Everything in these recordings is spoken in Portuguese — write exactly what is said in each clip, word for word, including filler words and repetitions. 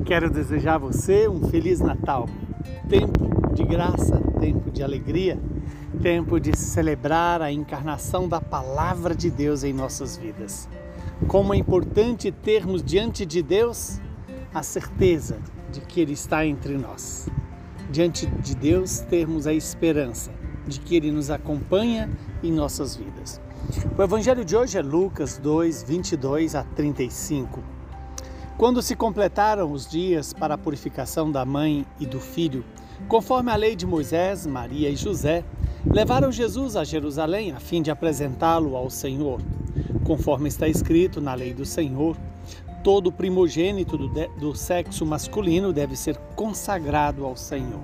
Quero desejar a você um Feliz Natal, tempo de graça, tempo de alegria, tempo de celebrar a encarnação da Palavra de Deus em nossas vidas. Como é importante termos diante de Deus a certeza de que Ele está entre nós. Diante de Deus termos a esperança de que Ele nos acompanha em nossas vidas. O Evangelho de hoje é Lucas dois, vinte e dois a trinta e cinco. Quando se completaram os dias para a purificação da mãe e do filho, conforme a lei de Moisés, Maria e José levaram Jesus a Jerusalém a fim de apresentá-lo ao Senhor. Conforme está escrito na lei do Senhor, todo primogênito do, de, do sexo masculino deve ser consagrado ao Senhor.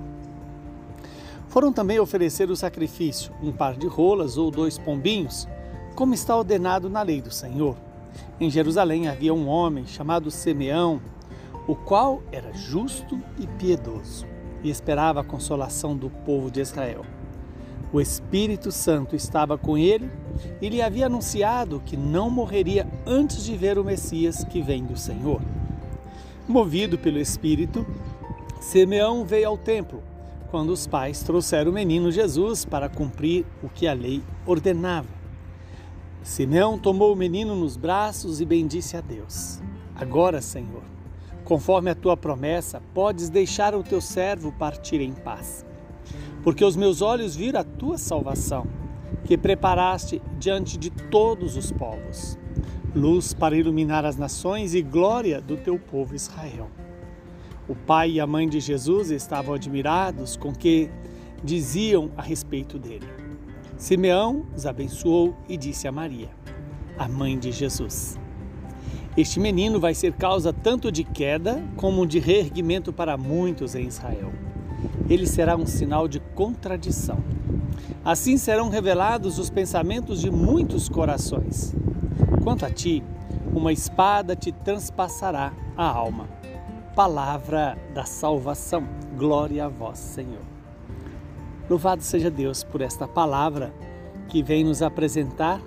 Foram também oferecer o sacrifício, um par de rolas ou dois pombinhos, como está ordenado na lei do Senhor. Em Jerusalém havia um homem chamado Simeão, o qual era justo e piedoso e esperava a consolação do povo de Israel. O Espírito Santo estava com ele e lhe havia anunciado que não morreria antes de ver o Messias que vem do Senhor. Movido pelo Espírito, Simeão veio ao templo, quando os pais trouxeram o menino Jesus para cumprir o que a lei ordenava. Simeão tomou o menino nos braços e bendisse a Deus. Agora, Senhor, conforme a tua promessa, podes deixar o teu servo partir em paz. Porque os meus olhos viram a tua salvação, que preparaste diante de todos os povos, luz para iluminar as nações e glória do teu povo Israel. O pai e a mãe de Jesus estavam admirados com o que diziam a respeito dele. Simeão os abençoou e disse a Maria, a mãe de Jesus: Este menino vai ser causa tanto de queda como de reerguimento para muitos em Israel. Ele será um sinal de contradição. Assim serão revelados os pensamentos de muitos corações. Quanto a ti, uma espada te transpassará a alma. Palavra da salvação. Glória a vós, Senhor. Louvado seja Deus por esta palavra que vem nos apresentar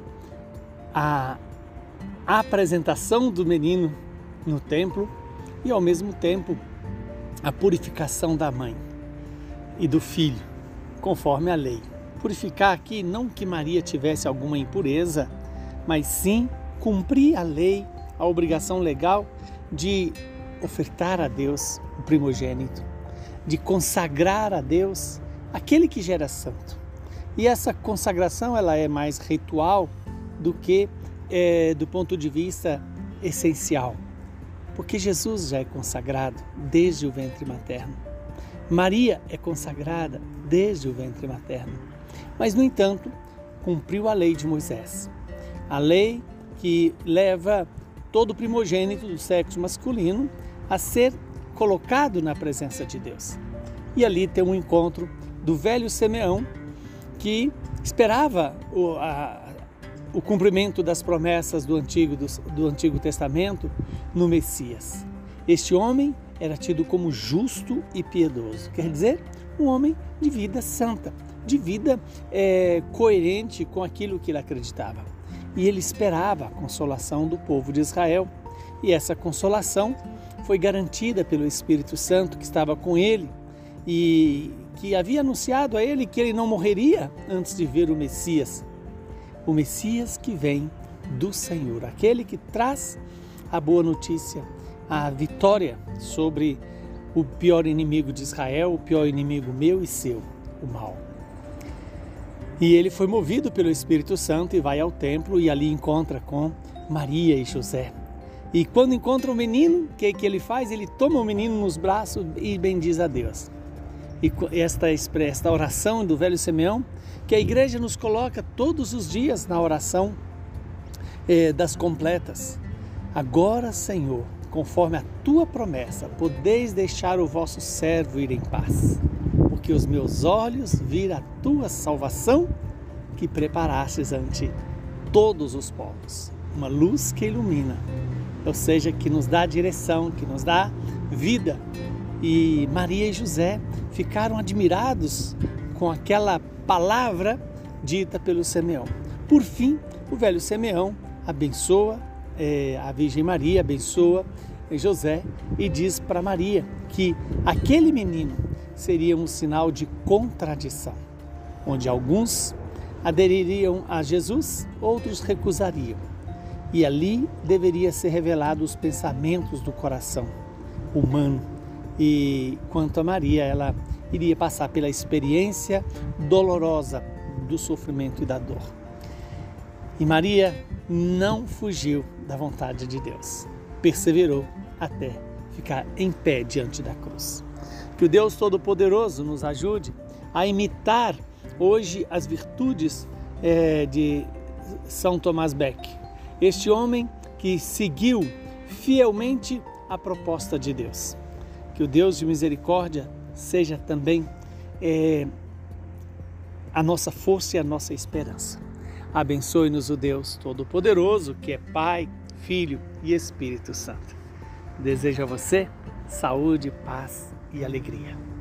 a apresentação do menino no templo e, ao mesmo tempo, a purificação da mãe e do filho, conforme a lei. Purificar aqui não que Maria tivesse alguma impureza, mas sim cumprir a lei, a obrigação legal de ofertar a Deus o primogênito, de consagrar a Deus aquele que gera santo. E essa consagração ela é mais ritual do que é, do ponto de vista essencial, porque Jesus já é consagrado desde o ventre materno. Maria é consagrada desde o ventre materno, mas no entanto cumpriu a lei de Moisés, a lei que leva todo primogênito do sexo masculino a ser colocado na presença de Deus. E ali tem um encontro do velho Simeão, que esperava o, a, o cumprimento das promessas do Antigo, do, do Antigo Testamento no Messias. Este homem era tido como justo e piedoso, quer dizer, um homem de vida santa, de vida é, coerente com aquilo que ele acreditava. E ele esperava a consolação do povo de Israel. E essa consolação foi garantida pelo Espírito Santo que estava com ele e que havia anunciado a ele que ele não morreria antes de ver o Messias. O Messias que vem do Senhor, aquele que traz a boa notícia, a vitória sobre o pior inimigo de Israel, o pior inimigo meu e seu, o mal. E ele foi movido pelo Espírito Santo e vai ao templo e ali encontra com Maria e José. E quando encontra o menino, o que, que ele faz? Ele toma o menino nos braços e bendiz a Deus. E esta, esta oração do velho Simeão, que a igreja nos coloca todos os dias na oração eh, das completas. Agora, Senhor, conforme a tua promessa, podeis deixar o vosso servo ir em paz, porque os meus olhos viram a tua salvação que preparastes ante todos os povos. Uma luz que ilumina, ou seja, que nos dá direção, que nos dá vida. E Maria e José ficaram admirados com aquela palavra dita pelo Simeão. Por fim, o velho Simeão abençoa, é, a Virgem Maria abençoa José e diz para Maria que aquele menino seria um sinal de contradição, onde alguns adeririam a Jesus, outros recusariam. E ali deveria ser revelado os pensamentos do coração humano. E quanto a Maria, ela iria passar pela experiência dolorosa do sofrimento e da dor. E Maria não fugiu da vontade de Deus, perseverou até ficar em pé diante da cruz. Que o Deus Todo-Poderoso nos ajude a imitar hoje as virtudes é, de São Tomás Beck, este homem que seguiu fielmente a proposta de Deus. Que o Deus de misericórdia seja também é, a nossa força e a nossa esperança. Abençoe-nos o Deus Todo-Poderoso, que é Pai, Filho e Espírito Santo. Desejo a você saúde, paz e alegria.